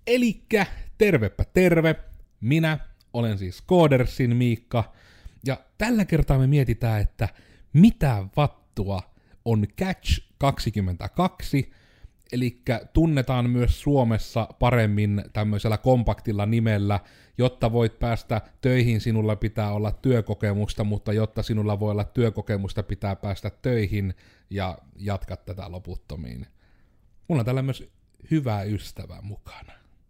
Elikkä tervepä terve, minä olen siis Codersin Miikka, ja tällä kertaa me mietitään, että mitä vattua on Catch 22, elikkä tunnetaan myös Suomessa paremmin tämmöisellä kompaktilla nimellä, jotta voit päästä töihin, sinulla pitää olla työkokemusta, mutta jotta sinulla voi olla työkokemusta, pitää päästä töihin ja jatkat tätä loputtomiin. Mulla on täällä myös hyvä ystävä mukana.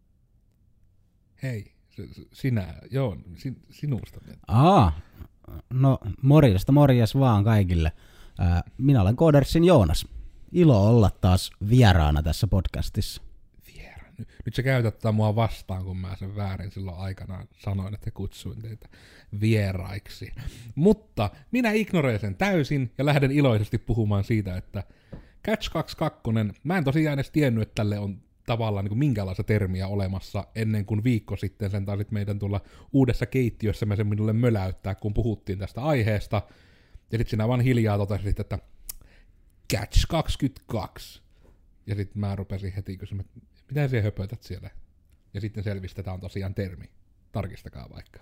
Hei, sinä, joo, sinusta. No morjes vaan kaikille. Minä olen Codersin Joonas. Ilo olla taas vieraana tässä podcastissa. Nyt sä käytät mua vastaan, kun mä sen väärin silloin aikanaan sanoin, että kutsuin teitä vieraiksi. Mutta minä ignorein sen täysin ja lähden iloisesti puhumaan siitä, että Catch 22, mä en tosiaan edes tiennyt, että tälle on tavallaan niin minkälaista termiä olemassa ennen kuin viikko sitten sen taisit meidän tulla uudessa keittiössä me sen minulle möläyttää, kun puhuttiin tästä aiheesta. Ja sit sinä vaan hiljaa totesit, että Catch 22. Ja sit mä rupesin heti kysymään, mitä sä höpötät siellä? Ja sitten selvisi, että tää on tosiaan termi. Tarkistakaa vaikka.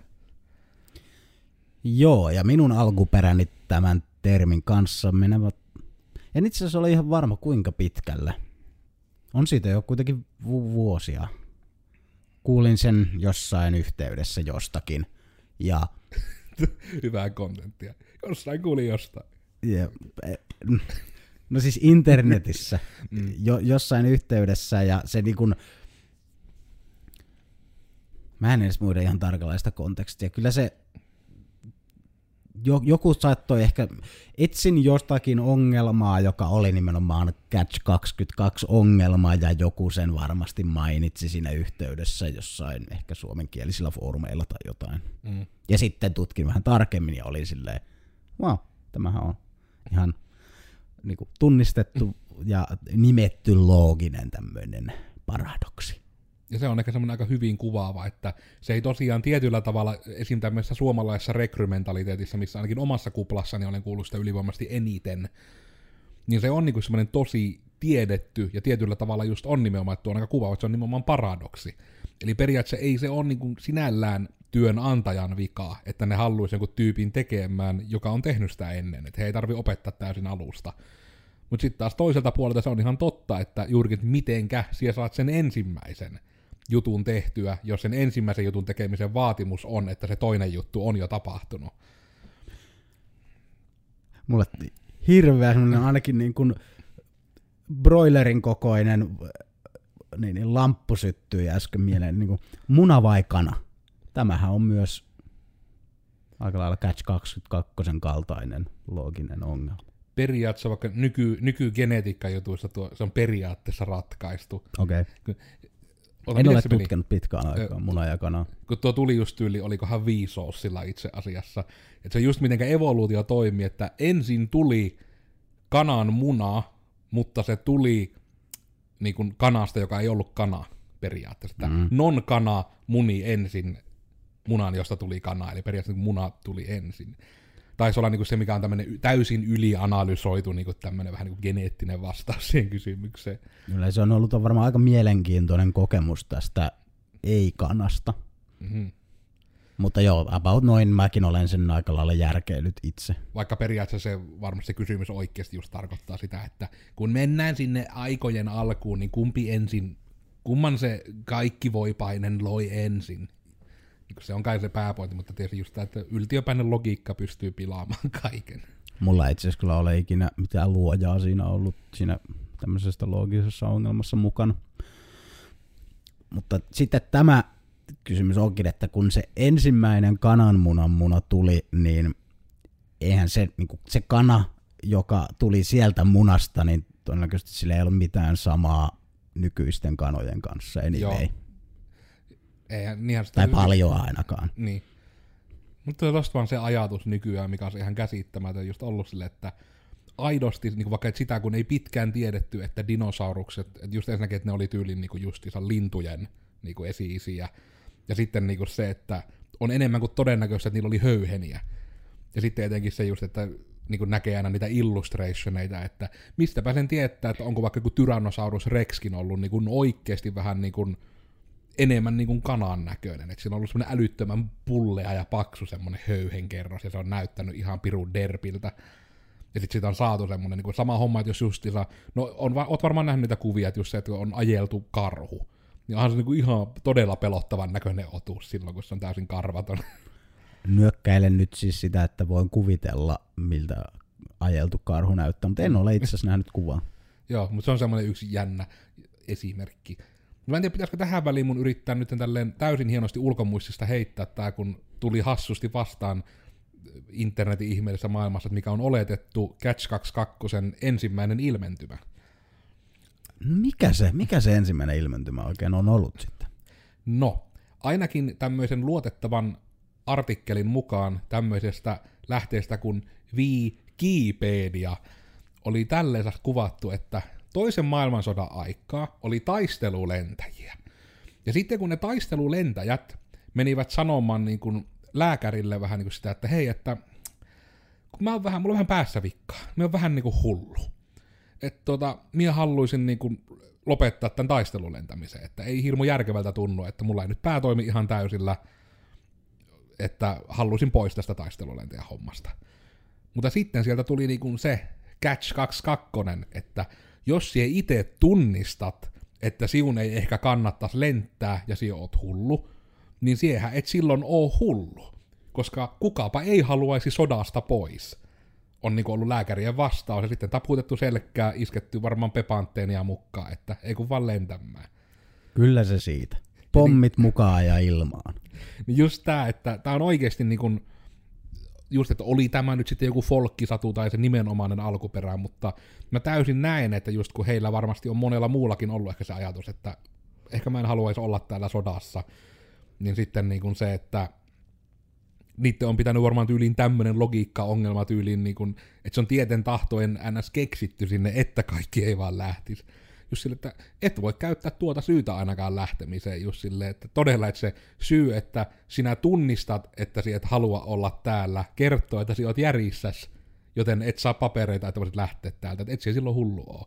Joo, ja minun alkuperäni tämän termin kanssa menevät. En itse asiassa ole ihan varma kuinka pitkälle. On siitä jo kuitenkin vuosia. Kuulin sen jossain yhteydessä jostakin. Ja hyvää kontenttia. Jossain kuulin jostain. No siis internetissä. Jossain yhteydessä ja se niin kuin, mä en edes muista ihan tarkalaista kontekstia. Kyllä se joku saattoi ehkä, etsin jostakin ongelmaa, joka oli nimenomaan Catch 22 ongelma, ja joku sen varmasti mainitsi siinä yhteydessä jossain ehkä suomenkielisillä foorumeilla tai jotain. Ja sitten tutkin vähän tarkemmin ja oli silleen, wow, tämähän on ihan niin kuin tunnistettu ja nimetty looginen tämmöinen paradoksi. Ja se on ehkä semmoinen aika hyvin kuvaava, että se ei tosiaan tietyllä tavalla, esim. Tämmöisessä suomalaisessa rekrymentaliteetissa, missä ainakin omassa kuplassani olen kuullut sitä ylivoimaisesti eniten, niin se on niinku semmoinen tosi tiedetty, ja tietyllä tavalla just on nimenomaan, että tuo on aika kuvaava, että se on nimenomaan paradoksi. Eli periaatteessa ei se ole niinku sinällään työnantajan vikaa, että ne haluaisi jonkun tyypin tekemään, joka on tehnyt sitä ennen, että he ei tarvitse opettaa täysin alusta. Mutta sitten taas toiselta puolelta se on ihan totta, että juurikin mitenkä siellä saat sen ensimmäisen jutun tehtyä, jos sen ensimmäisen jutun tekemisen vaatimus on, että se toinen juttu on jo tapahtunut. Mulle hirveä semmoinen ainakin niin kuin broilerin kokoinen niin lamppu syttyi äsken mieleen, niin kuin muna vai kana. Tämähän on myös aika lailla Catch 22 kaltainen looginen ongelma. Periaatteessa vaikka nykygenetiikkajutuissa se on periaatteessa ratkaistu. Okei. En ole tutkinut pitkään aikaa munaa ja kanaa. Kun tuo tuli just tyyli, olikohan viisous sillä itse asiassa. Että se just mitenkä evoluutio toimii, että ensin tuli kanan muna, mutta se tuli niin kuin kanasta, joka ei ollut kana periaatteessa. Non-kana muni ensin munan, josta tuli kana, eli periaatteessa muna tuli ensin. Taisi olla niinku se, mikä on tämmöinen täysin ylianalysoitu niinku tämmöinen vähän niinku geneettinen vastaus siihen kysymykseen. Kyllä se on ollut varmaan aika mielenkiintoinen kokemus tästä ei-kanasta. Mm-hmm. Mutta joo, about noin mäkin olen sen aika lailla järkeilyt itse. Vaikka periaatteessa se varmasti se kysymys oikeasti just tarkoittaa sitä, että kun mennään sinne aikojen alkuun, niin kumman se kaikkivoipainen loi ensin? Se on kai se pääpointti, mutta tietysti just tämä, että yltiöpäinen logiikka pystyy pilaamaan kaiken. Mulla ei itse asiassa kyllä ole ikinä mitään luojaa siinä ollut siinä tämmöisessä loogisessa ongelmassa mukana. Mutta sitten tämä kysymys onkin, että kun se ensimmäinen kananmunan muna tuli, niin eihän se, niin se kana, joka tuli sieltä munasta, niin todennäköisesti sillä ei ole mitään samaa nykyisten kanojen kanssa anyway. Tai paljon ainakaan. Niin. Mutta tosta vaan se ajatus nykyään, mikä on ihan käsittämätön just ollut sille, että aidosti, niin vaikka et sitä kun ei pitkään tiedetty, että dinosaurukset, että just ensinnäkin, että ne oli tyylin niin justiinsa lintujen niin esi-isiä, ja sitten niin se, että on enemmän kuin todennäköistä, että niillä oli höyheniä. Ja sitten etenkin se just, että niin näkee aina niitä illustrationeita, että mistäpä sen tietää, että onko vaikka joku Tyrannosaurus Rexkin ollut niin oikeasti vähän niin kuin enemmän niin kuin kanan näköinen, että sillä on ollut semmoinen älyttömän pullea ja paksu semmoinen höyhenkerros, ja se on näyttänyt ihan pirun derpiltä. Ja sit siitä on saatu semmoinen niin kuin sama homma, että jos justiinsa, no oot varmaan nähnyt niitä kuvia, että just se, että on ajeltu karhu, niin onhan se niin kuin ihan todella pelottavan näköinen otus silloin, kun se on täysin karvaton. Nyökkäilen nyt siis sitä, että voin kuvitella, miltä ajeltu karhu näyttää, mutta en ole itse asiassa nähnyt kuvaa. Joo, mutta se on semmoinen yksi jännä esimerkki. Mä en tiedä, pitäisikö tähän väliin mun yrittää nyt tälleen täysin hienosti ulkomuistista heittää tää, kun tuli hassusti vastaan internetin ihmeellisessä maailmassa, että mikä on oletettu Catch 22 ensimmäinen ilmentymä. Mikä se ensimmäinen ilmentymä oikein on ollut sitten? No, ainakin tämmöisen luotettavan artikkelin mukaan tämmöisestä lähteestä kuin Wikipedia oli tälleensä kuvattu, että toisen maailmansodan aikaa oli taistelulentäjiä. Ja sitten kun ne taistelulentäjät menivät sanomaan niin kuin lääkärille vähän niin kuin sitä, että hei, että kun mulla on vähän päässä vikkaa, mä oon vähän niin kuin hullu. Että minä haluaisin niin kuin lopettaa tämän taistelulentämisen, että ei hirmu järkevältä tunnu, että mulla ei nyt pää toimi ihan täysillä, että haluaisin pois tästä taistelulentäjän hommasta. Mutta sitten sieltä tuli niin kuin se Catch 22, että jos sie itse tunnistat, että siun ei ehkä kannattaisi lentää ja sie oot hullu, niin siehän et silloin oo hullu, koska kukapa ei haluaisi sodasta pois. On niinku ollut lääkärien vastaus ja sitten taputettu selkää, isketty varmaan pepantteenia mukaan, että ei kun vaan lentämään. Kyllä se siitä. Pommit mukaan ja ilmaan. Niin just tää, että tää on oikeesti niinku, just että oli tämä nyt sitten joku folkkisatu tai se nimenomainen alkuperä, mutta mä täysin näen, että just kun heillä varmasti on monella muullakin ollut ehkä se ajatus, että ehkä mä en haluaisi olla täällä sodassa, niin sitten niin se, että niiden on pitänyt varmaan tyyliin tämmönen logiikka-ongelma tyyliin, niin kuin, että se on tieten tahtoen ns. Keksitty sinne, että kaikki ei vaan lähtisi. Just sille, että et voi käyttää tuota syytä ainakaan lähtemiseen, just silleen, että todella, että se syy, että sinä tunnistat, että sinä et halua olla täällä, kertoo, että sinä oot järissäs, joten et saa papereita, että voisit lähteä täältä, että et sinä silloin hullu ole.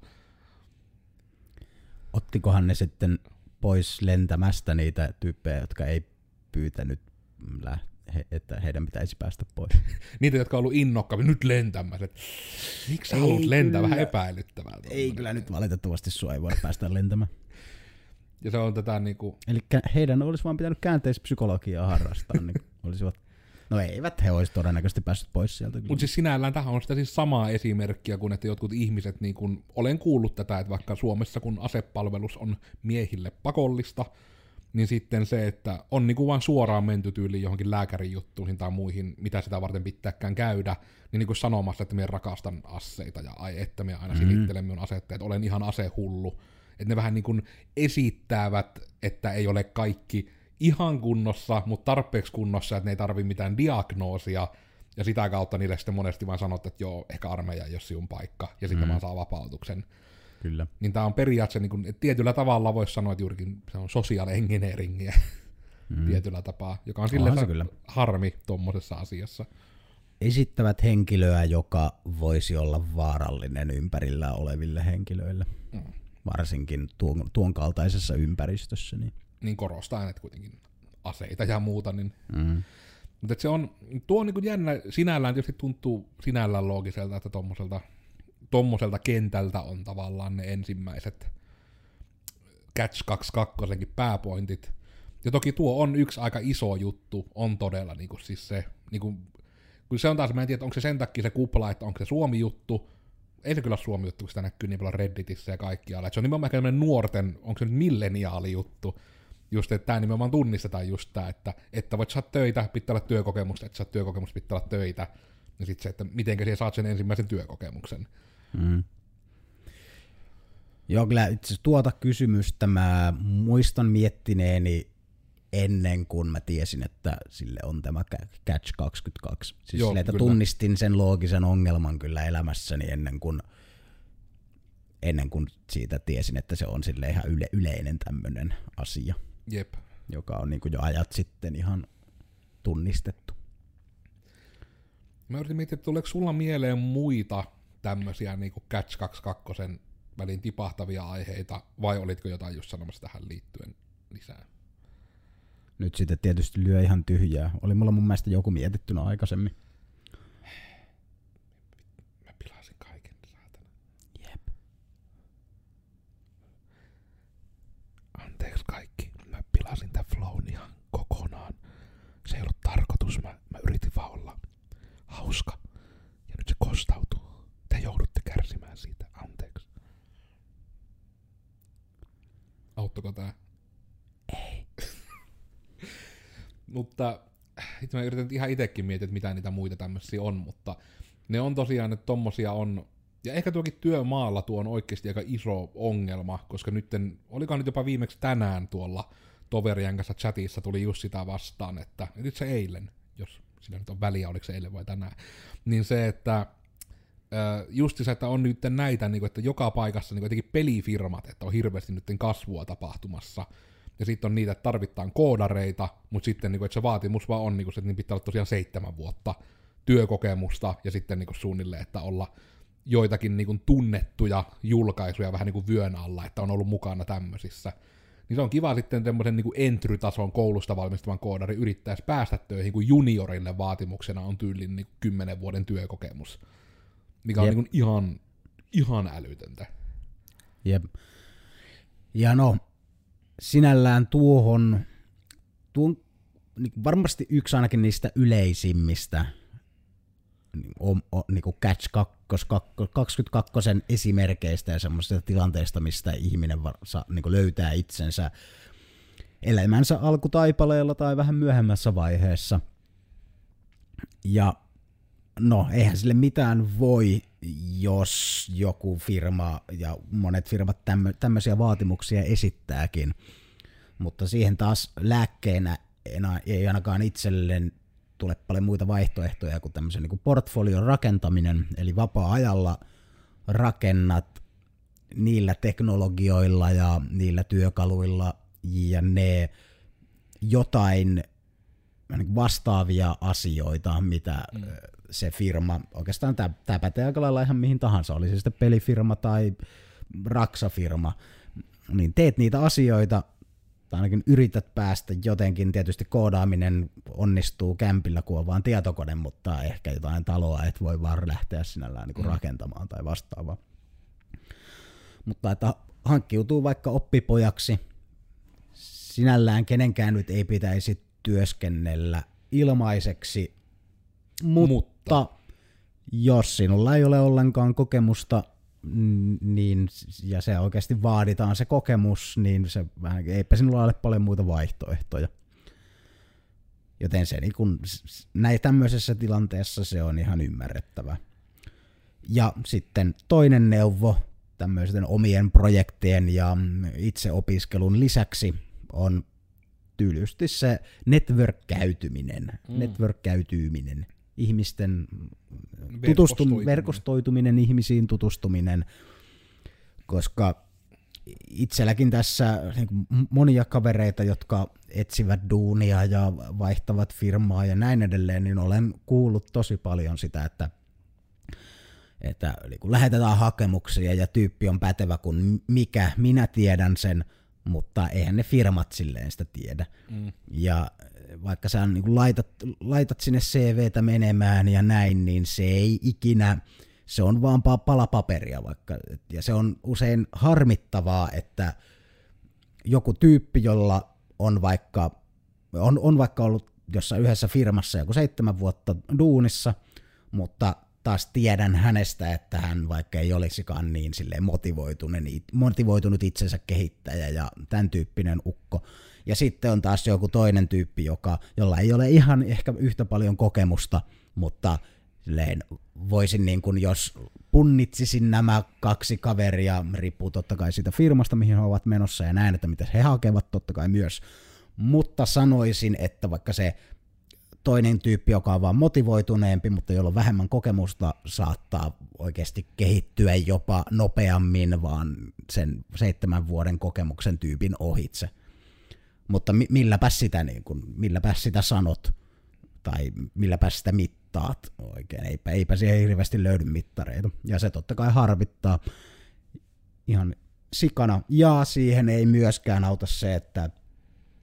Ottikohan ne sitten pois lentämästä niitä tyyppejä, jotka ei pyytänyt että heidän pitäisi päästä pois. Niitä, jotka on ollut innokkaammin, nyt lentämässä. Miksi sä haluat lentää vähän epäilyttävää? Ei kyllä nyt valitettavasti sua ei voi päästä lentämään. Ja se on tätä niinku... Eli heidän olisi vaan pitänyt käänteispsykologiaa harrastaa, niin olisivat... No eivät he olisi todennäköisesti päässyt pois sieltä. Mutta siis sinällään tähän on sitä siis samaa esimerkkiä kuin, että jotkut ihmiset, niin kun, olen kuullut tätä, että vaikka Suomessa kun asepalvelus on miehille pakollista, niin sitten se, että on niinku vaan suoraan menty tyyliin johonkin lääkärin juttuihin tai muihin, mitä sitä varten pitääkään käydä, niin niinku sanomassa, että minä rakastan aseita ja ai että minä aina silittelen minun asetteet, olen ihan asehullu. Että ne vähän niinku esittävät, että ei ole kaikki ihan kunnossa, mutta tarpeeksi kunnossa, että ne ei tarvi mitään diagnoosia, ja sitä kautta niille sitten monesti vaan sanot, että joo, ehkä armeija ei ole sinun paikka, ja sitten vaan saa vapautuksen. Kyllä. Niin tämä on periaatteessa, niin kuin, että tietyllä tavalla voisi sanoa, että juurikin se on social engineeringiä tietyllä tapaa, joka on silleen harmi tuommoisessa asiassa. Esittävät henkilöä, joka voisi olla vaarallinen ympärillä oleville henkilöille, varsinkin tuon kaltaisessa ympäristössä. Niin korostaa, että kuitenkin aseita ja muuta. Niin. Mutta se on, tuo on niin kuin jännä, sinällään tietysti tuntuu sinällään loogiselta, että tommoselta kentältä on tavallaan ne ensimmäiset Catch 22 pääpointit. Ja toki tuo on yksi aika iso juttu, on todella niinku siis se, niinku, kun se on taas, mä en tiedä, onko se sen takia se kupla, että onko se Suomi-juttu, ei se kyllä ole Suomi-juttu, kun sitä näkyy niin paljon Redditissä ja kaikkialla, että se on nimenomaan ehkä tämmöinen nuorten, onko se nyt milleniaali-juttu, just että tämä nimenomaan tunnistetaan just tämä, että voit saada töitä, pitää olla työkokemusta, että saat työkokemusta, pitää olla töitä, ja sitten se, että mitenkä siellä saat sen ensimmäisen työkokemuksen. Joo, kyllä itse asiassa tuota kysymystä mä muistan miettineeni ennen kuin mä tiesin, että sille on tämä Catch 22. Siis joo, sille, että kyllä. tunnistin sen loogisen ongelman kyllä elämässäni ennen kuin siitä tiesin, että se on sille ihan yleinen tämmöinen asia, Jep. joka on niin kuin jo ajat sitten ihan tunnistettu. Mä yritin miettiä, että tuleeko sulla mieleen muita tämmöisiä niin kuin Catch 22 väliin tipahtavia aiheita, vai olitko jotain just sanomassa tähän liittyen lisää? Nyt sitten tietysti lyö ihan tyhjää. Oli mulla mun mielestä joku mietittynä aikaisemmin. Mä pilasin kaiken, saatana. Jep. Anteeksi kaikki, mä pilasin tän flown ihan kokonaan. Se ei ollut tarkoitus, mä yritin vaan olla hauska. Ja nyt se kostautuu. Te joudutte kärsimään siitä, anteeksi. Auttoiko tää? Ei. Mutta itse mä yritän ihan itekin miettiä, että mitä niitä muita tämmöisiä on, mutta ne on tosiaan, että tommosia on. Ja ehkä tuokin työmaalla tuo on oikeasti aika iso ongelma, koska nytten, olikohan nyt jopa viimeksi tänään tuolla toverien kanssa chatissa tuli just sitä vastaan, että nyt se eilen, jos sillä nyt on väliä, oliko se eilen vai tänään, niin se, että just se, että on nyt näitä, niin kuin, että joka paikassa niin kuin etenkin pelifirmat, että on hirveästi nyt kasvua tapahtumassa, ja sitten on niitä, että tarvitaan koodareita, mutta sitten niin kuin, että se vaatimus vaan on, niin kuin, että niin pitää olla tosiaan 7 vuotta työkokemusta, ja sitten niin kuin suunnilleen, että olla joitakin niin kuin tunnettuja julkaisuja vähän niin kuin vyön alla, että on ollut mukana tämmöisissä. Niin se on kiva sitten tämmöisen niin entry-tason koulusta valmistuvan koodari yrittäisi päästä töihin, kun juniorille vaatimuksena on tyylin niin 10 vuoden työkokemus, mikä on niin ihan älytöntä. Jep. Ja no, sinällään tuon niin varmasti yksi ainakin niistä yleisimmistä niin kuin Catch 22 esimerkeistä ja semmoisista tilanteista, mistä ihminen niin kuin löytää itsensä elämänsä alkutaipaleella tai vähän myöhemmässä vaiheessa. Ja no, eihän sille mitään voi, jos joku firma ja monet firmat tämmöisiä vaatimuksia esittääkin, mutta siihen taas lääkkeenä ei ainakaan itselleen tule paljon muita vaihtoehtoja kuin tämmöisen niin kuin portfolion rakentaminen, eli vapaa-ajalla rakennat niillä teknologioilla ja niillä työkaluilla ja ne jotain vastaavia asioita, mitä se firma, oikeastaan tämä pätee aika lailla ihan mihin tahansa, oli se sitten pelifirma tai raksafirma, niin teet niitä asioita, tai ainakin yrität päästä jotenkin, tietysti koodaaminen onnistuu kämpillä, kun on vaan tietokone, mutta ehkä jotain taloa et voi vaan lähteä sinällään niin kuin rakentamaan tai vastaavaa. Mutta että hankkiutuu vaikka oppipojaksi, sinällään kenenkään nyt ei pitäisi työskennellä ilmaiseksi, mutta jos sinulla ei ole ollenkaan kokemusta, niin, ja se oikeasti vaaditaan se kokemus, niin se vähän, eipä sinulla ole paljon muita vaihtoehtoja. Joten se niin kun, näin tämmöisessä tilanteessa se on ihan ymmärrettävä. Ja sitten toinen neuvo tämmöisten omien projektien ja itseopiskelun lisäksi on tyylisti se network-käytyminen, ihmisten verkostoituminen, ihmisiin tutustuminen, koska itselläkin tässä niin monia kavereita, jotka etsivät duunia ja vaihtavat firmaa ja näin edelleen, niin olen kuullut tosi paljon sitä, että niin kun lähetetään hakemuksia ja tyyppi on pätevä kuin mikä, minä tiedän sen, mutta eihän ne firmat silleen sitä tiedä. Ja vaikka sä niin laitat sinne CVtä menemään ja näin, niin se ei ikinä, se on vaan pala paperia vaikka. Ja se on usein harmittavaa, että joku tyyppi, jolla on vaikka ollut jossain yhdessä firmassa joku 7 vuotta duunissa, mutta taas tiedän hänestä, että hän vaikka ei olisikaan niin silleen motivoitunut itsensä kehittäjä ja tämän tyyppinen ukko. Ja sitten on taas joku toinen tyyppi, jolla ei ole ihan ehkä yhtä paljon kokemusta, mutta silleen voisin niin kuin, jos punnitsisin nämä 2 kaveria, riippuu totta kai siitä firmasta, mihin he ovat menossa ja näen, että mitä he hakevat totta kai myös. Mutta sanoisin, että vaikka se toinen tyyppi, joka on vaan motivoituneempi, mutta jolla on vähemmän kokemusta, saattaa oikeasti kehittyä jopa nopeammin vaan sen 7 vuoden kokemuksen tyypin ohitse. Mutta milläpäs sitä sanot, tai milläpäs sitä mittaat oikein, eipä siihen hirveästi löydy mittareita. Ja se totta kai harvittaa ihan sikana, ja siihen ei myöskään auta se, että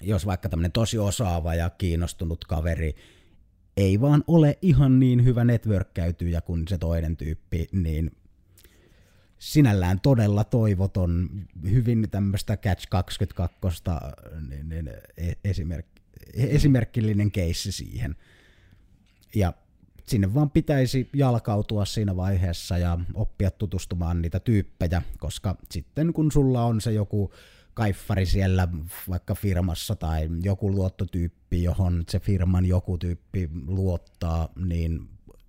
jos vaikka tämmöinen tosi osaava ja kiinnostunut kaveri ei vaan ole ihan niin hyvä networkkäytyjä kuin se toinen tyyppi, niin sinällään todella toivoton, hyvin tämmöistä Catch 22 niin esimerkillinen keissi siihen. Ja sinne vaan pitäisi jalkautua siinä vaiheessa ja oppia tutustumaan niitä tyyppejä, koska sitten kun sulla on se joku kaiffari siellä vaikka firmassa tai joku luottotyyppi, johon se firman joku tyyppi luottaa, niin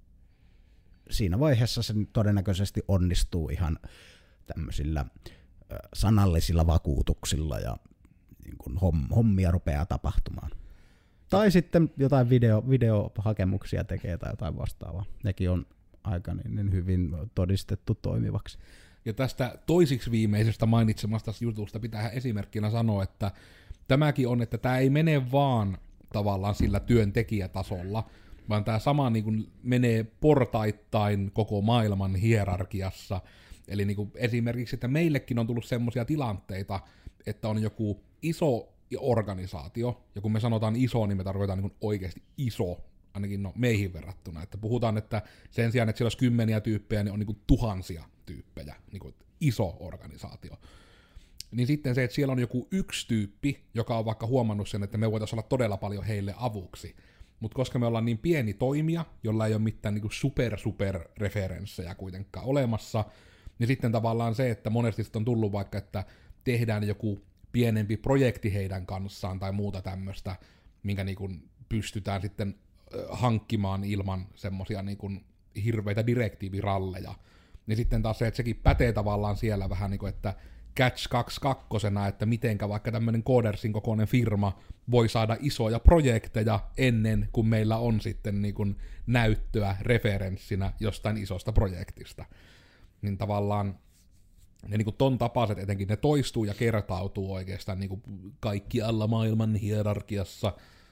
siinä vaiheessa se todennäköisesti onnistuu ihan tämmöisillä sanallisilla vakuutuksilla ja niin kuin hommia rupeaa tapahtumaan. Tai sitten jotain videohakemuksia tekee tai jotain vastaavaa. Nekin on aika niin hyvin todistettu toimivaksi. Ja tästä toisiksi viimeisestä mainitsemasta jutusta pitää esimerkkinä sanoa, että tämäkin on, että tämä ei mene vaan tavallaan sillä työntekijätasolla, vaan tämä sama niin kuin menee portaittain koko maailman hierarkiassa. Eli niin kuin esimerkiksi, että meillekin on tullut semmoisia tilanteita, että on joku iso organisaatio, ja kun me sanotaan iso, niin me tarkoitaan niin kuin oikeasti iso, ainakin meihin verrattuna. Että puhutaan, että sen sijaan, että siellä olisi 10 tyyppejä, niin on niin kuin tuhansia tyyppejä, niin kuin iso organisaatio. Niin sitten se, että siellä on joku yksi tyyppi, joka on vaikka huomannut sen, että me voitaisiin olla todella paljon heille avuksi. Mutta koska me ollaan niin pieni toimija, jolla ei ole mitään niin kuin super referenssejä kuitenkaan olemassa, niin sitten tavallaan se, että monesti sitten on tullut vaikka, että tehdään joku pienempi projekti heidän kanssaan tai muuta tämmöistä, minkä niin kuin pystytään sitten hankkimaan ilman semmosia niin kuin hirveitä direktiiviralleja. Niin sitten taas se, että sekin pätee tavallaan siellä vähän niin kuin, että Catch 22, että mitenkä vaikka tämmöinen Codersin kokoinen firma voi saada isoja projekteja ennen kuin meillä on sitten niin kuin näyttöä referenssinä jostain isosta projektista. Niin tavallaan ne niin kuin ton tapaiset etenkin, ne toistuu ja kertautuu oikeastaan niin kuin kaikkialla maailman hierarkiassa.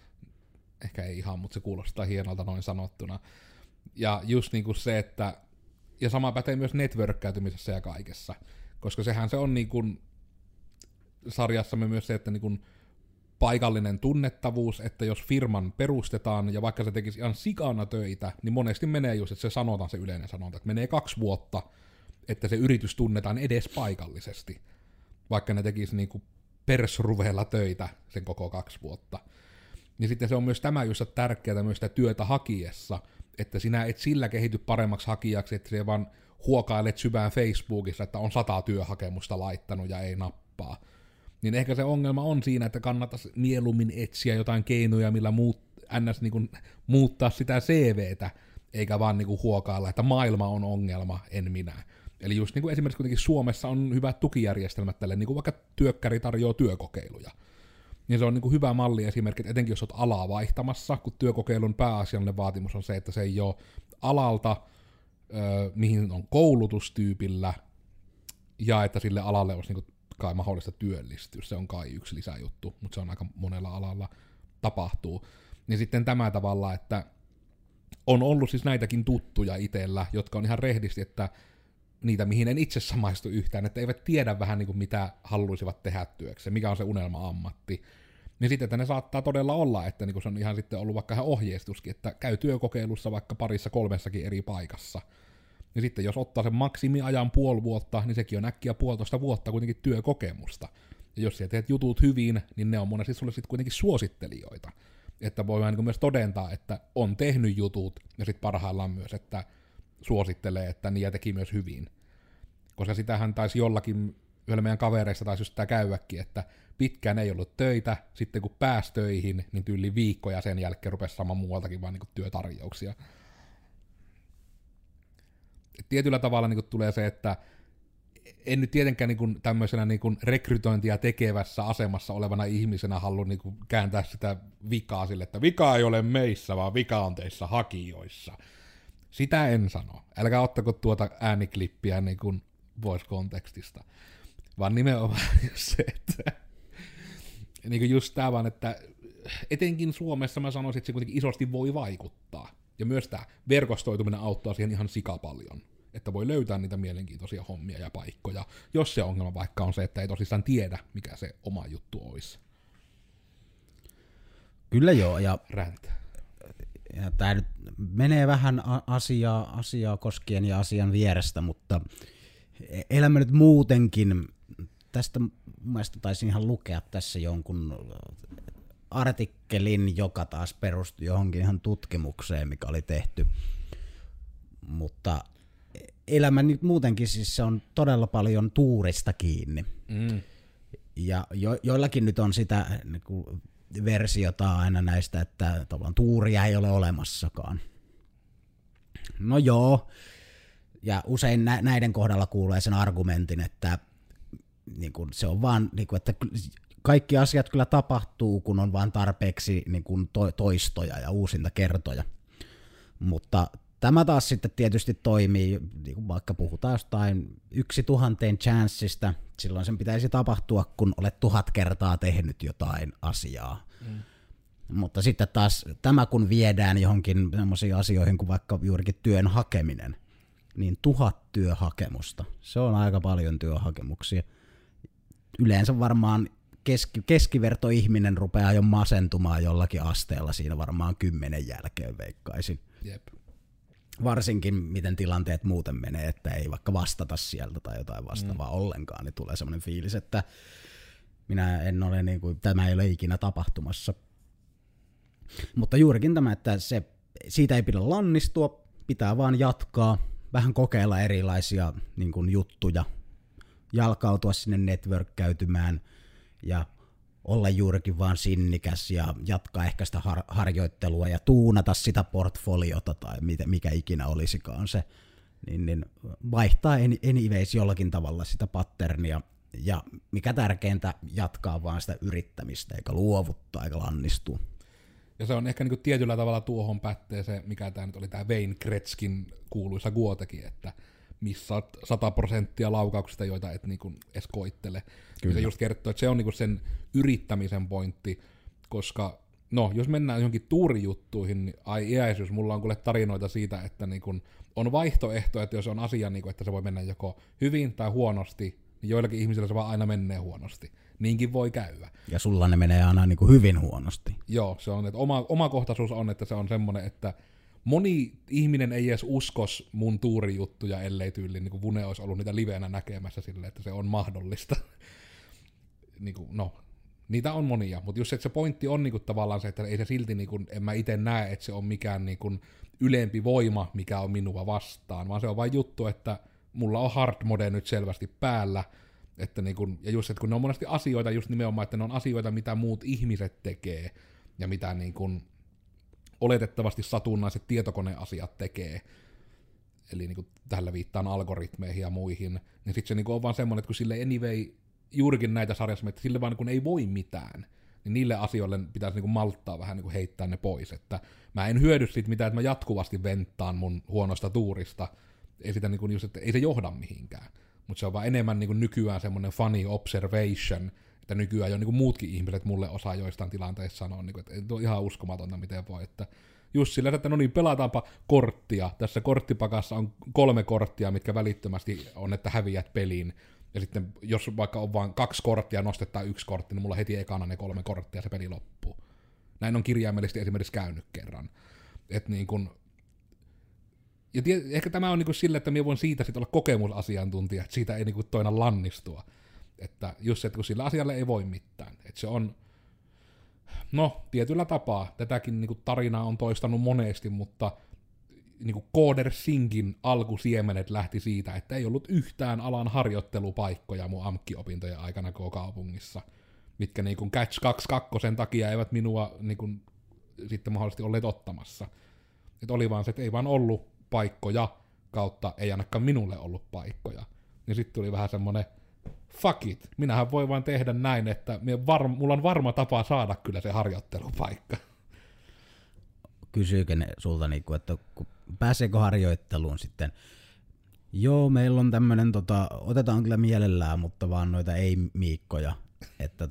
Ehkä ei ihan, mutta se kuulostaa hienolta noin sanottuna. Ja just niin kuin se, että ja sama pätee myös networkkäytymisessä ja kaikessa. Koska sehän se on niin kuin sarjassamme myös se, että niin kuin paikallinen tunnettavuus, että jos firman perustetaan ja vaikka se tekisi ihan sikana töitä, niin monesti menee just, että se sanotaan se yleinen sanonta, että menee 2 vuotta, että se yritys tunnetaan edes paikallisesti, vaikka ne tekisi niin kuin persruveella töitä sen koko 2 vuotta. Niin sitten se on myös tämä just tärkeää myös sitä työtä hakiessa, että sinä et sillä kehity paremmaksi hakijaksi, että se vaan huokailet syvään Facebookissa, että on 100 työhakemusta laittanut ja ei nappaa. Niin ehkä se ongelma on siinä, että kannattaisi mieluummin etsiä jotain keinoja, millä muuttaa sitä CVtä, eikä vaan niin kuin huokailla, että maailma on ongelma, en minä. Eli just niin kuin esimerkiksi kuitenkin Suomessa on hyvät tukijärjestelmät tälle, niin kuin vaikka työkkäri tarjoaa työkokeiluja. Niin se on niin kuin hyvä malli esimerkiksi, etenkin jos olet alaa vaihtamassa, kun työkokeilun pääasiallinen vaatimus on se, että se ei ole alalta, mihin on koulutustyypillä, ja että sille alalle olisi niin kuin kai mahdollista työllistyä. Se on kai yksi lisäjuttu, mutta se on aika monella alalla tapahtuu. Niin sitten tämä tavalla, että on ollut siis näitäkin tuttuja itsellä, jotka on ihan rehdisti, että niitä, mihin en itse samaistu yhtään, että eivät tiedä vähän niin kuin mitä haluaisivat tehdä työksi, mikä on se unelma-ammatti. Niin sitten, että ne saattaa todella olla, että niin kuin se on ihan sitten ollut vaikka ihan ohjeistuskin, että käy työkokeilussa vaikka 2-3 eri paikassa. Ja sitten jos ottaa sen maksimiajan 5 vuotta, niin sekin on äkkiä 1,5 vuotta kuitenkin työkokemusta. Ja jos sä teet jutut hyvin, niin ne on monesti sulle sitten kuitenkin suosittelijoita. Että voi niin kuin myös todentaa, että on tehnyt jutut, ja sitten parhaillaan myös, että suosittelee, että niitä teki myös hyvin. Koska sitähän taisi jollakin, yhdellä meidän kavereista taisi just sitä käydäkin, että pitkään ei ollut töitä, sitten kun pääsi töihin, niin tyyli viikkoja sen jälkeen rupesi saamaan muualtakin vaan niin työtarjouksia. Et tietyllä tavalla niin tulee se, että en nyt tietenkään niin tämmöisenä niin rekrytointia tekevässä asemassa olevana ihmisenä halua niin kääntää sitä vikaa sille, että vika ei ole meissä, vaan vika on teissä hakijoissa. Sitä en sano. Älkää ottako tuota ääniklippiä niin kuin voice-kontekstista, vaan nimenomaan se, että niin kuin just tämä vaan, että etenkin Suomessa mä sanoisin, että se kuitenkin isosti voi vaikuttaa. Ja myös tämä verkostoituminen auttaa siihen ihan sikapaljon, että voi löytää niitä mielenkiintoisia hommia ja paikkoja, jos se ongelma vaikka on se, että ei tosissaan tiedä, mikä se oma juttu olisi. Kyllä joo, ja Räntä. ja tämä nyt menee vähän asiaa koskien ja asian vierestä, mutta elämä nyt muutenkin, tästä mun mielestä taisin ihan lukea tässä jonkun artikkelin, joka taas perustui johonkin ihan tutkimukseen, mikä oli tehty, mutta elämä nyt muutenkin siis se on todella paljon tuurista kiinni. Ja joillakin nyt on sitä niin versiota aina näistä, että tavallaan tuuria ei ole olemassakaan. No joo, ja usein näiden kohdalla kuulee sen argumentin, että niin kuin se on vaan, niin kuin, että kaikki asiat kyllä tapahtuu, kun on vaan tarpeeksi niin kuin toistoja ja uusinta kertoja. Mutta tämä taas sitten tietysti toimii, niin kuin vaikka puhutaan jostain 1000 chanceista, silloin sen pitäisi tapahtua, kun olet 1000 kertaa tehnyt jotain asiaa. Mutta sitten taas tämä, kun viedään johonkin sellaisiin asioihin kuin vaikka juurikin työn hakeminen, niin 1000 työhakemusta. Se on aika paljon työhakemuksia. Yleensä varmaan keskivertoihminen rupeaa jo masentumaan jollakin asteella siinä varmaan 10 jälkeen veikkaisin. Jep. Varsinkin miten tilanteet muuten menee, että ei vaikka vastata sieltä tai jotain vastaavaa ollenkaan, niin tulee semmoinen fiilis, että minä en ole niin kuin, tämä ei ole ikinä tapahtumassa. Mutta juurikin tämä, että siitä ei pidä lannistua, pitää vaan jatkaa, vähän kokeilla erilaisia niin kuin juttuja, jalkautua sinne network-käytymään ja olla juurikin vaan sinnikäs ja jatkaa ehkä sitä harjoittelua ja tuunata sitä portfoliota tai mikä ikinä olisikaan se, niin vaihtaa anyways jollakin tavalla sitä patternia ja mikä tärkeintä, jatkaa vaan sitä yrittämistä eikä luovuttaa eikä lannistua. Ja se on ehkä niinku tietyllä tavalla tuohon pätee se, mikä tämä nyt oli tämä Wayne Gretzkin kuuluisa quotekin, että missaat 100% laukauksista, joita et niinku edes koittele. Kyllä. Se just kertoo, että se on niinku sen yrittämisen pointti, koska no, jos mennään johonkin tuurijuttuihin, niin ai iäisyys, mulla on kuule tarinoita siitä, että niinku on vaihtoehto, että jos on asia, niinku, että se voi mennä joko hyvin tai huonosti, niin joillakin ihmisillä se vaan aina menee huonosti. Niinkin voi käydä. Ja sulla ne menee aina niinku hyvin huonosti. Joo, se on, että omakohtaisuus on, että se on semmoinen, että moni ihminen ei edes uskos mun tuurijuttuja, ellei tyyliin niin Vune olisi ollut niitä livenä näkemässä silleen, että se on mahdollista. niin kuin, no, niitä on monia, mutta just se pointti on niin kuin, tavallaan se, että ei se silti, niin kuin, en mä itse näe, että se on mikään niin kuin, ylempi voima, mikä on minua vastaan, vaan se on vain juttu, että mulla on hard mode nyt selvästi päällä, että niin kun, ja just, että kun ne on monesti asioita, just nimenomaan, että ne on asioita, mitä muut ihmiset tekee, ja mitä niin kun oletettavasti satunnaiset tietokoneasiat tekee, eli niin kun tällä viittaan algoritmeihin ja muihin, niin sitten se niin kun on vaan semmoinen, että kun sille anyway, juurikin näitä sarjassa, että sille vaan kun ei voi mitään, niin niille asioille pitäisi niin kun malttaa vähän niin kun heittää ne pois, että mä en hyödy siitä mitään, että mä jatkuvasti venttaan mun huonosta tuurista, ei sitä niin kun just, että ei se johda mihinkään. Mutta se on vaan enemmän niin kuin nykyään semmoinen funny observation, että nykyään jo niin kuin muutkin ihmiset mulle osaa joistain tilanteissa sanoa, niin kuin, että on ihan uskomatonta, miten voi. Että just sillä, että no niin, pelataanpa korttia. Tässä korttipakassa on 3 korttia, mitkä välittömästi on, että häviät peliin. Ja sitten jos vaikka on vain 2 korttia ja nostetaan 1 kortti, niin mulla heti ekana ne 3 korttia ja se peli loppuu. Näin on kirjaimellisesti esimerkiksi käynyt kerran. Että niin kuin ja ehkä tämä on niinku sille, että minä voin siitä sit olla kokemusasiantuntija, että siitä ei niinku toina lannistua. Että just se, että kun sillä asialle ei voi mitään. Että se on, no, tietyllä tapaa. Tätäkin niinku tarinaa on toistanut monesti, mutta niinku Coder Singin alkusiemenet lähti siitä, että ei ollut yhtään alan harjoittelupaikkoja mun AMK-opintojen aikana K-kaupungissa, mitkä niinku Catch 22 takia eivät minua niinku sitten mahdollisesti olleet ottamassa. Että oli vaan se, että ei vaan ollut paikkoja, kautta ei ainakaan minulle ollut paikkoja. Niin sitten tuli vähän semmonen, fuck it, minähän voi vaan tehdä näin, että mulla on varma tapa saada kyllä se harjoittelupaikka. Kysyykö ne sulta, että pääseekö harjoitteluun sitten? Joo, meillä on tämmönen, otetaan kyllä mielellään, mutta vaan noita ei-miikkoja. Että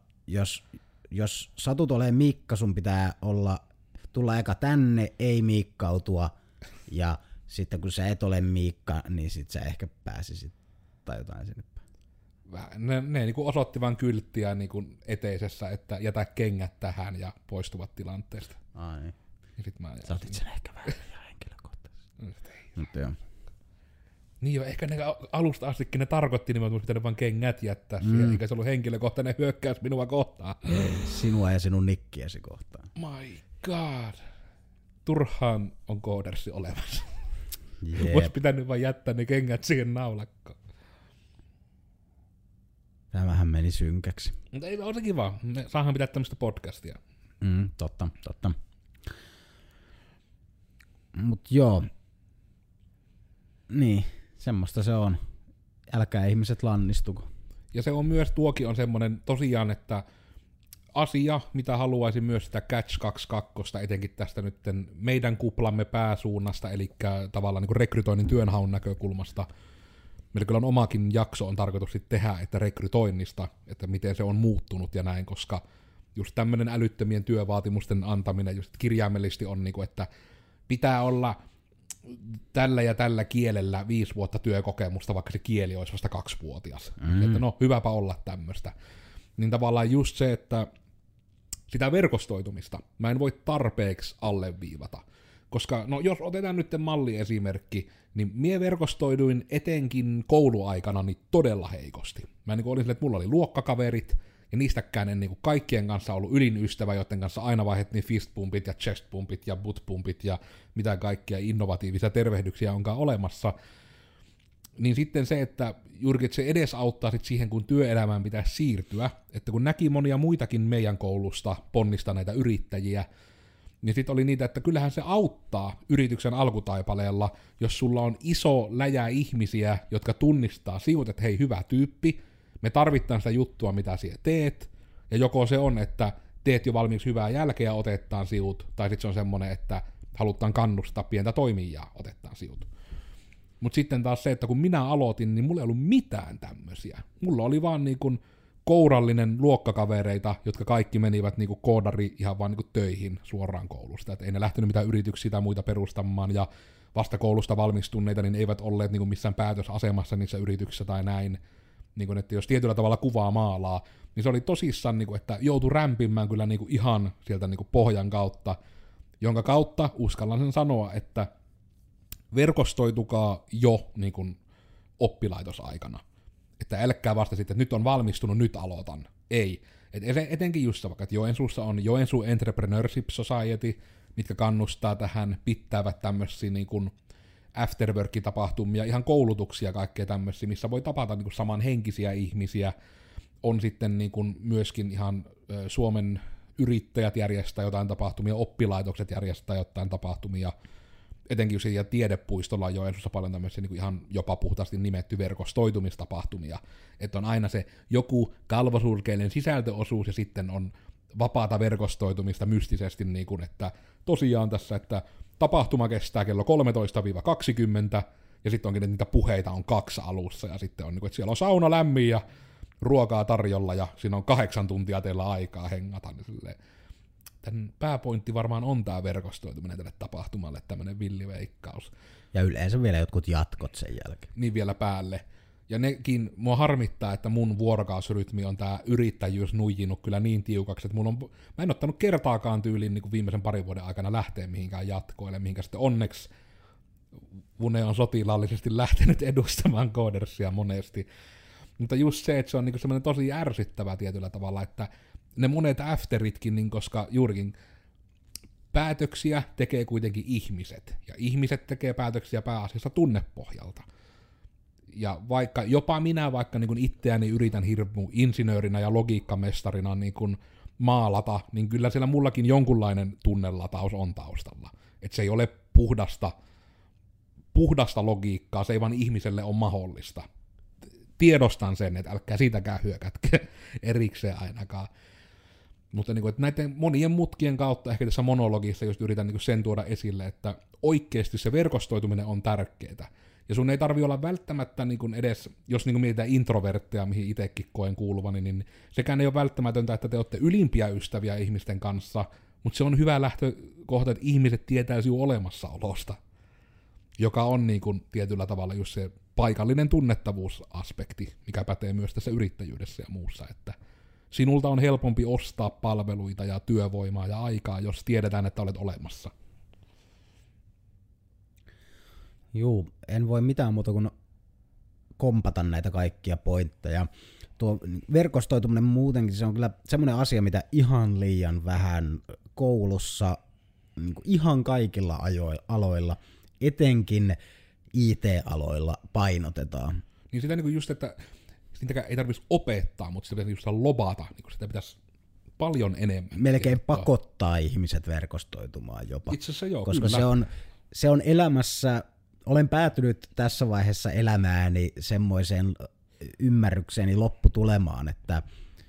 jos satut olemaan miikka, sun pitää tulla eka tänne, ei miikkautua. Ja sitten kun sä et ole miikka, niin sit sä ehkä pääsisit tai jotain sinne päin. Ne niinku osoitti vaan kylttiä niinku eteisessä, että jätä kengät tähän ja poistuvat tilanteesta. Ai niin. Ja sit mä Sä otit sen ehkä vähän henkilökohtaisesti. Mutta joo. Niin jo, ehkä ne alusta astikin ne tarkoitti nimenomaan, että ne vaan kengät jättää siihen, eikä se ollut henkilökohtainen hyökkäys minua kohtaan. Sinua ja sinun nikkiesi kohtaan. My god. Turhaan on koodersi olemassa. Jep. Ois pitänyt vaan jättää ne kengät siihen naulakkoon. Tämähän meni synkäksi. Mutta ei, on se kiva. Me saadaan pitää tämmöistä podcastia. Totta. Mut joo. Niin, semmoista se on. Älkää ihmiset lannistuko. Ja se on myös, tuokin on semmonen tosiaan, että asia, mitä haluaisin myös sitä Catch 22, etenkin tästä nyt meidän kuplamme pääsuunnasta, eli tavallaan niin kuin rekrytoinnin työnhaun näkökulmasta. Meillä kyllä on omakin jakso on tarkoitus tehdä, että rekrytoinnista, että miten se on muuttunut ja näin, koska just tämmöinen älyttömien työvaatimusten antaminen just kirjaimellisesti on, niin kuin, että pitää olla tällä ja tällä kielellä 5 vuotta työkokemusta, vaikka se kieli olisi vasta 2-vuotias. Että no, hyväpä olla tämmöistä. Niin tavallaan just se, että sitä verkostoitumista mä en voi tarpeeksi alleviivata. Koska, no jos otetaan nyt malliesimerkki, niin mie verkostoiduin etenkin kouluaikana niin todella heikosti. Mä niin olin silleen, että mulla oli luokkakaverit, ja niistäkään en niin kaikkien kanssa ollut ylin ystävä, joiden kanssa aina vaihdettiin fistpumpit ja chestpumpit ja buttpumpit ja mitä kaikkia innovatiivisia tervehdyksiä onkaan olemassa. Niin sitten se, että juurikin se edesauttaa sit siihen, kun työelämään pitäisi siirtyä, että kun näki monia muitakin meidän koulusta ponnistaneita yrittäjiä, niin sitten oli niitä, että kyllähän se auttaa yrityksen alkutaipaleella, jos sulla on iso läjä ihmisiä, jotka tunnistaa sinut, että hei, hyvä tyyppi, me tarvitaan sitä juttua, mitä siellä teet, ja joko se on, että teet jo valmiiksi hyvää jälkeä ja otetaan sinut, tai sitten se on semmoinen, että halutaan kannustaa pientä toimijaa, otetaan sinut. Mutta sitten taas se, että kun minä aloitin, niin mulla ei ollut mitään tämmöisiä. Mulla oli vaan niin kuin kourallinen luokkakavereita, jotka kaikki menivät niin kuin koodari ihan vaan niin kuin töihin suoraan koulusta. Et ei ne lähtenyt mitään yrityksiä tai muita perustamaan, ja vasta koulusta valmistuneita, niin eivät olleet niin kuin missään päätösasemassa niissä yrityksissä tai näin. Niin kuin, että jos tietyllä tavalla kuvaa maalaa, niin se oli tosissaan, niin kuin, että joutui rämpimään kyllä niin kuin ihan sieltä niin kuin pohjan kautta, jonka kautta uskallan sen sanoa, että verkostoitukaa jo niin kuin oppilaitosaikana. Että älkää vasta sitten, että nyt on valmistunut, nyt aloitan. Ei. Etenkin just vaikka, että Joensuussa on Joensuu Entrepreneurship Society, mitkä kannustaa tähän, pitävät tämmöisiä niin kuin afterwork-tapahtumia, ihan koulutuksia, kaikkea tämmöisiä, missä voi tapata niin kuin samanhenkisiä ihmisiä. On sitten niin kuin myöskin ihan Suomen yrittäjät järjestää jotain tapahtumia, oppilaitokset järjestää jotain tapahtumia, etenkin siellä tiedepuistolla on Joensuussa paljon tämmöisiä niin kuin ihan jopa puhtaasti nimetty verkostoitumistapahtumia, että on aina se joku kalvosurkeinen sisältöosuus ja sitten on vapaata verkostoitumista mystisesti, niin kuin, että tosiaan tässä, että tapahtuma kestää kello 13-20 ja sitten onkin, että niitä puheita on 2 alussa ja sitten on, niin kuin, että siellä on sauna lämmin ja ruokaa tarjolla ja siinä on 8 tuntia teillä aikaa hengata, niin silleen. Tämän pääpointti varmaan on tämä verkostoituminen tälle tapahtumalle, tämmöinen villiveikkaus. Ja yleensä vielä jotkut jatkot sen jälkeen. Niin vielä päälle. Ja nekin, mua harmittaa, että mun vuorokausrytmi on tää yrittäjyys nuijinut kyllä niin tiukaksi, että mä en ottanut kertaakaan tyyliin niin kuin viimeisen 2 vuoden aikana lähteä mihinkään jatkoille, mihinkä sitten onneksi Vune on sotilaallisesti lähtenyt edustamaan Codersia monesti. Mutta just se, että se on niin semmoinen tosi ärsyttävä tietyllä tavalla, että ne monet afteritkin, niin koska juurikin päätöksiä tekee kuitenkin ihmiset, ja ihmiset tekee päätöksiä pääasiassa tunnepohjalta. Ja vaikka jopa minä vaikka niin kuin itseäni yritän hirmu insinöörinä ja logiikkamestarina niin kuin maalata, niin kyllä siellä mullakin jonkunlainen tunnelataus on taustalla. Että se ei ole puhdasta logiikkaa, se ei vaan ihmiselle ole mahdollista. Tiedostan sen, että älkää siitäkään hyökätkö erikseen ainakaan. Mutta niin kuin, että näiden monien mutkien kautta ehkä tässä monologissa just yritän niin kuin sen tuoda esille, että oikeasti se verkostoituminen on tärkeää. Ja sun ei tarvi olla välttämättä niin kuin edes, jos niin kuin mietitään introvertteja, mihin itsekin koen kuuluvani, niin sekään ei ole välttämätöntä, että te olette ylimpiä ystäviä ihmisten kanssa, mutta se on hyvä lähtökohta, että ihmiset tietää sinun olemassaolosta, joka on niin kuin tietyllä tavalla just se paikallinen tunnettavuusaspekti, mikä pätee myös tässä yrittäjyydessä ja muussa, että sinulta on helpompi ostaa palveluita ja työvoimaa ja aikaa, jos tiedetään, että olet olemassa. Juu, en voi mitään muuta kuin kompata näitä kaikkia pointteja. Tuo verkostoituminen muutenkin, se on kyllä semmoinen asia, mitä ihan liian vähän koulussa, niin kuin ihan kaikilla aloilla, etenkin IT-aloilla painotetaan. Niin sitä niin just, että sitäkään ei tarvitsisi opettaa, mutta sitä pitäisi just lobata, niin sitä pitäisi paljon enemmän. Melkein pakottaa ihmiset verkostoitumaan jopa. Itse asiassa joo, koska kyllä. se on elämässä, olen päätynyt tässä vaiheessa elämääni semmoiseen ymmärrykseeni lopputulemaan, että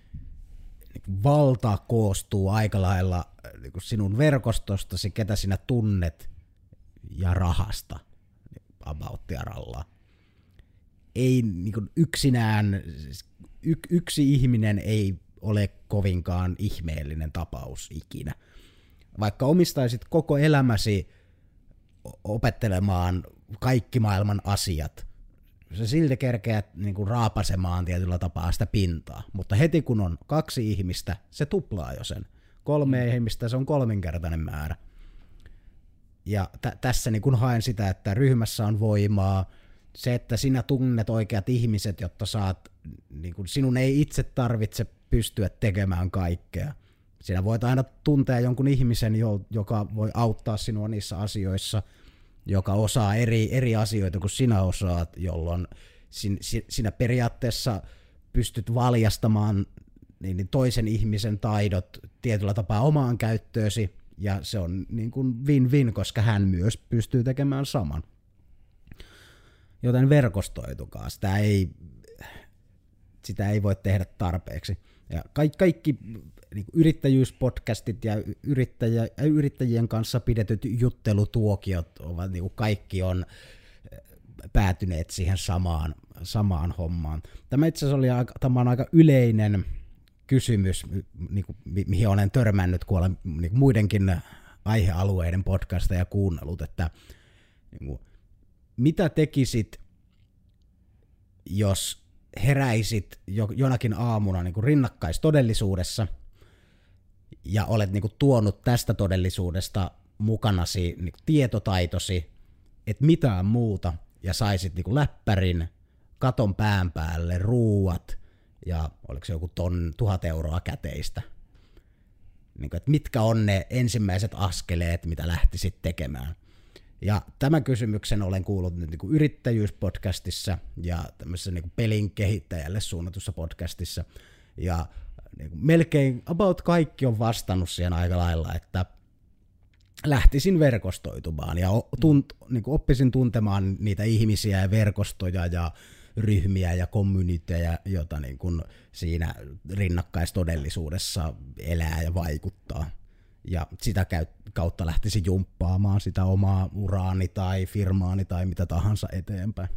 valta koostuu aika lailla sinun verkostostasi, ketä sinä tunnet, ja rahasta, about-tiaralla. Ei niin kuin yksinään, yksi ihminen ei ole kovinkaan ihmeellinen tapaus ikinä. Vaikka omistaisit koko elämäsi opettelemaan kaikki maailman asiat, se silti kerkeät niin kuin raapasemaan tietyllä tapaa sitä pintaa. Mutta heti kun on 2 ihmistä, se tuplaa jo sen. 3 ihmistä, se on 3-kertainen määrä. Ja tässä niin kun haen sitä, että ryhmässä on voimaa, se, että sinä tunnet oikeat ihmiset, jotta saat, niin kun sinun ei itse tarvitse pystyä tekemään kaikkea. Sinä voit aina tuntea jonkun ihmisen, joka voi auttaa sinua niissä asioissa, joka osaa eri asioita kuin sinä osaat, jolloin sinä periaatteessa pystyt valjastamaan niin toisen ihmisen taidot tietyllä tapaa omaan käyttöösi, ja se on niin kuin win-win, koska hän myös pystyy tekemään saman. Joten verkostoitukaa, sitä ei voi tehdä tarpeeksi. Ja kaikki niin kuin yrittäjyyspodcastit ja yrittäjien kanssa pidetyt juttelutuokiot ovat, niin kuin kaikki on päätyneet siihen samaan hommaan. Tämä itse asiassa tämä on aika yleinen kysymys, niin kuin, mihin olen törmännyt, kun olen niin kuin muidenkin aihealueiden podcasteja kuunnellut, että niin kuin, mitä tekisit, jos heräisit jonakin aamuna niin kuin rinnakkaistodellisuudessa ja olet niin kuin tuonut tästä todellisuudesta mukanasi niin kuin tietotaitosi, et mitään muuta, ja saisit niin kuin läppärin, katon pään päälle, ruuat, ja oliko se joku 1000 euroa käteistä. Niin kuin, että mitkä on ne ensimmäiset askeleet, mitä lähtisit tekemään. Ja tämän kysymyksen olen kuullut nyt niin kuin yrittäjyyspodcastissa ja tämmöisessä niin kuin pelin kehittäjälle suunnatussa podcastissa. Ja niin kuin melkein about kaikki on vastannut siihen aika lailla, että lähtisin verkostoitumaan ja niin kuin oppisin tuntemaan niitä ihmisiä ja verkostoja ja ryhmiä ja communityjä, jota niin kuin siinä rinnakkaistodellisuudessa elää ja vaikuttaa. Ja sitä kautta lähtisi jumppaamaan sitä omaa uraani tai firmaani tai mitä tahansa eteenpäin.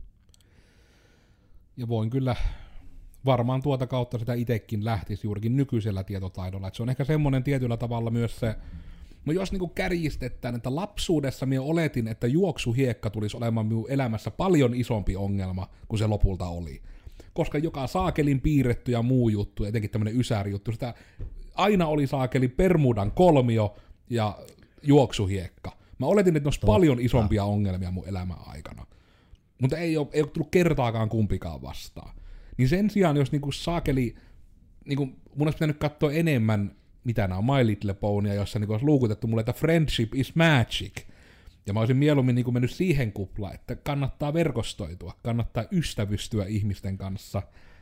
Ja voin kyllä varmaan tuota kautta sitä itsekin lähtisi juurikin nykyisellä tietotaidolla. Et se on ehkä semmoinen tietyllä tavalla myös se, no jos niinku kärjistetään, että lapsuudessa minä oletin, että juoksuhiekka tulisi olemaan minun elämässä paljon isompi ongelma kuin se lopulta oli. Koska joka saakelin piirretty ja muu juttu, etenkin tämmöinen ysärijuttu, sitä aina oli saakeli Bermudan kolmio ja juoksuhiekka. Mä oletin, että ne olisi paljon isompia ongelmia mun elämän aikana. Mutta ei ole tullut kertaakaan kumpikaan vastaan. Niin sen sijaan, jos niinku saakeli, niinku, mun olisi pitänyt katsoa enemmän, mitä nämä on My Little Ponya, jossa niinku olisi luukutettu mulle, että friendship is magic. Ja mä olisin mieluummin niinku mennyt siihen kuplaan, että kannattaa verkostoitua, kannattaa ystävystyä ihmisten kanssa.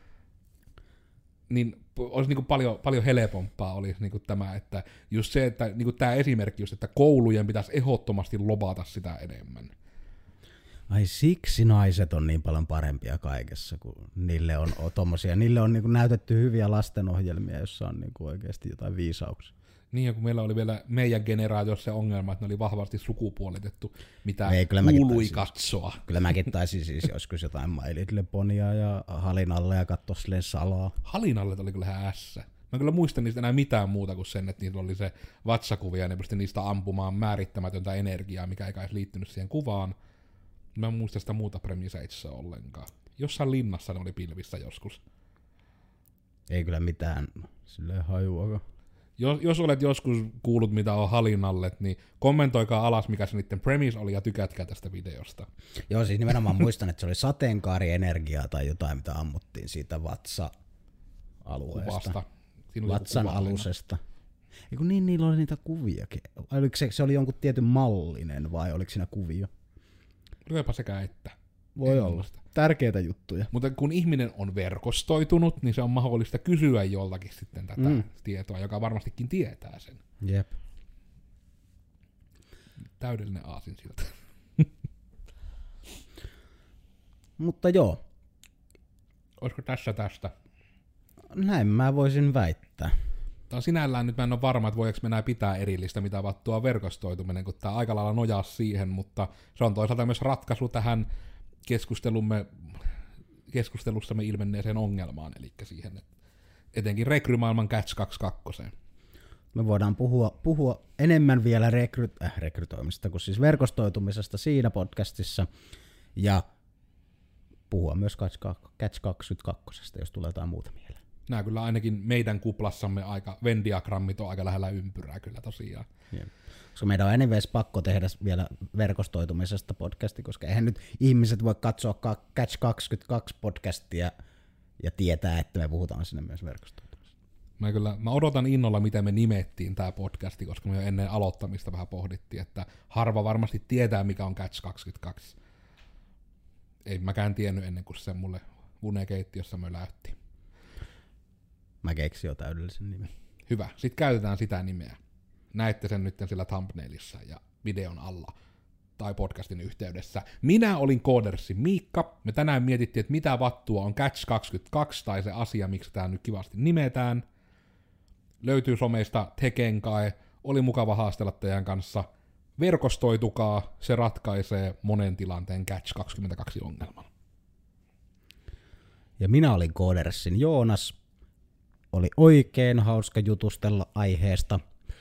Niin olisi niinku paljon helpompaa olisi niinku tämä, että just se, että niinku tämä esimerkki just, että koulujen pitäisi ehdottomasti lobata sitä enemmän. Ai siksi naiset on niin paljon parempia kaikessa, kun niille on tommosia, niille on niinku näytetty hyviä lastenohjelmia, jossa on niinku oikeasti jotain viisauksia. Niin, ja kun meillä oli vielä meidän generaatiossa se ongelma, että ne oli vahvasti sukupuolitettu, mitä kuului katsoa. Kyllä mäkin taisin siis joskus jotain My Little Ponya ja Halinalle ja katsoa silleen salaa. Halinalle oli kyllä ihan ässä. Mä kyllä muistan niistä enää mitään muuta kuin sen, että niillä oli se vatsakuvia ja ne pystyi niistä ampumaan määrittämätöntä energiaa, mikä ei kai liittynyt siihen kuvaan. Mä en muista sitä muuta Premisageissa ollenkaan. Jossain linnassa ne oli pilvissä joskus. Ei kyllä mitään silleen hajuakaan. Jos olet joskus kuullut, mitä on Halinalle, niin kommentoikaa alas, mikä se niiden premise oli, ja tykätkää tästä videosta. Joo, siis nimenomaan muistan, että se oli sateenkaarienergiaa tai jotain, mitä ammuttiin siitä vatsa-alueesta. Vatsan alusesta. Eiku niin, niillä oli niitä kuviakin. Oliko se oli jonkun tietyn mallinen vai oliko siinä kuvio? Lyöpä sekä että. Voi olla. Tärkeitä juttuja. Mutta kun ihminen on verkostoitunut, niin se on mahdollista kysyä joltakin sitten tätä tietoa, joka varmastikin tietää sen. Jep. Täydellinen aasinsilta. Mutta joo. Olisiko tässä tästä? Näin mä voisin väittää. Tämä on sinällään nyt mä en ole varma, että voiko me enää pitää erillistä, mitä vattua verkostoituminen, kun tämä aika lailla nojaa siihen, mutta se on toisaalta myös ratkaisu tähän keskustelussamme ilmenneeseen ongelmaan, eli siihen, että etenkin rekrymaailman Catch 22. Me voidaan puhua enemmän vielä rekrytoimista kuin siis verkostoitumisesta siinä podcastissa, ja puhua myös Catch 22, jos tulee jotain muuta mieleen. Nämä kyllä ainakin meidän kuplassamme Venn-diagrammit on aika lähellä ympyrää kyllä tosiaan. Jep. Koska meidän on anyways pakko tehdä vielä verkostoitumisesta podcasti, koska eihän nyt ihmiset voi katsoa Catch 22 podcastia ja tietää, että me puhutaan sinne myös verkostoitumisesta. Mä odotan innolla, miten me nimettiin tämä podcasti, koska me jo ennen aloittamista vähän pohdittiin, että harva varmasti tietää, mikä on Catch 22. Ei mäkään tiennyt ennen kuin se mulle Vune-keittiössä möläytti. Mä keksin jo täydellisen nimen. Hyvä, sitten käytetään sitä nimeä. Näette sen nyt sillä thumbnailissa ja videon alla tai podcastin yhteydessä. Minä olin Koodersin Miikka. Me tänään mietittiin, että mitä vattua on Catch 22 tai se asia, miksi tämä nyt kivasti nimetään. Löytyy someista Tekenkai. Oli mukava haastella teidän kanssa. Verkostoitukaa, se ratkaisee monen tilanteen Catch 22 ongelman. Ja minä olin Koodersin Joonas. Oli oikein hauska jutustella aiheesta.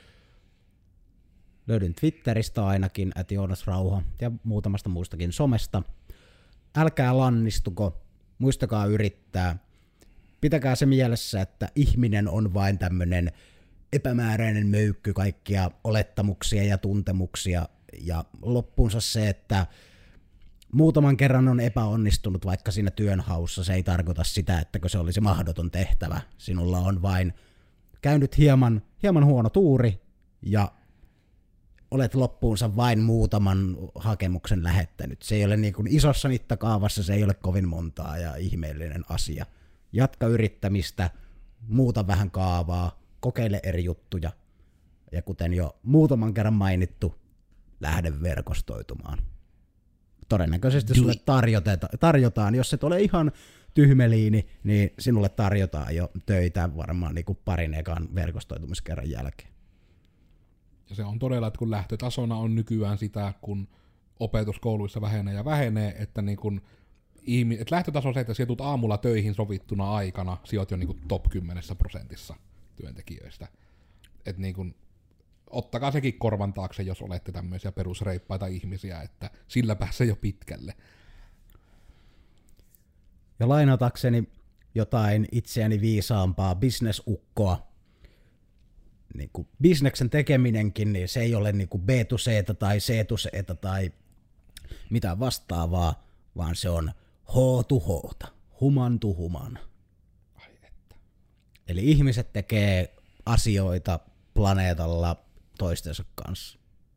Löydyn Twitteristä ainakin, @joonasrauha ja muutamasta muustakin somesta. Älkää lannistuko, muistakaa yrittää. Pitäkää se mielessä, että ihminen on vain tämmönen epämääräinen möykky kaikkia olettamuksia ja tuntemuksia. Ja loppuunsa se, että muutaman kerran on epäonnistunut vaikka siinä työnhaussa, se ei tarkoita sitä, että se olisi mahdoton tehtävä. Sinulla on vain käynyt hieman huono tuuri ja olet loppuunsa vain muutaman hakemuksen lähettänyt. Se ei ole niin kuin isossa mittakaavassa, se ei ole kovin montaa ja ihmeellinen asia. Jatka yrittämistä, muuta vähän kaavaa, kokeile eri juttuja. Ja kuten jo muutaman kerran mainittu, lähde verkostoitumaan. Todennäköisesti sulle tarjotaan, jos et ole ihan tyhmeliini, niin sinulle tarjotaan jo töitä varmaan niin kuin parin ekan verkostoitumiskerran jälkeen. Ja se on todella, että kun lähtötasona on nykyään sitä, kun opetuskouluissa vähenee, että niin kun että lähtötaso on se, että sijoitut aamulla töihin sovittuna aikana, sijoit jo niin kuin top 10% työntekijöistä. Että niin kun, ottakaa sekin korvan taakse, jos olette tämmöisiä perusreippaita ihmisiä, että sillä pääsee jo pitkälle. Ja lainatakseni jotain itseäni viisaampaa bisnesukkoa, niin kuin bisneksen tekeminenkin, niin se ei ole niin kuin B2C tai C2C tai mitään vastaavaa, vaan se on H2H, human to human. Ai että. Eli ihmiset tekee asioita planeetalla toistensa kanssa.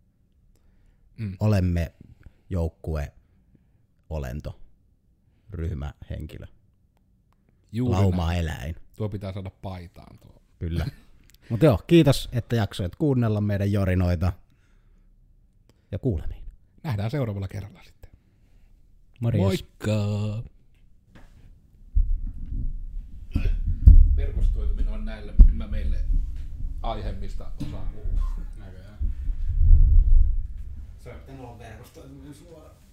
Olemme joukkue, olento, ryhmähenkilö, lauma-eläin. Tuo pitää saada paitaan tuo. Kyllä. Mutta joo, kiitos, että jaksoit kuunnella meidän jorinoita. Ja kuulemiin. Nähdään seuraavalla kerralla sitten. Morjes. Moikka! Verkostoituminen on näille meille aihe, mistä osaa puhua. Se on verkostoituminen suoraan.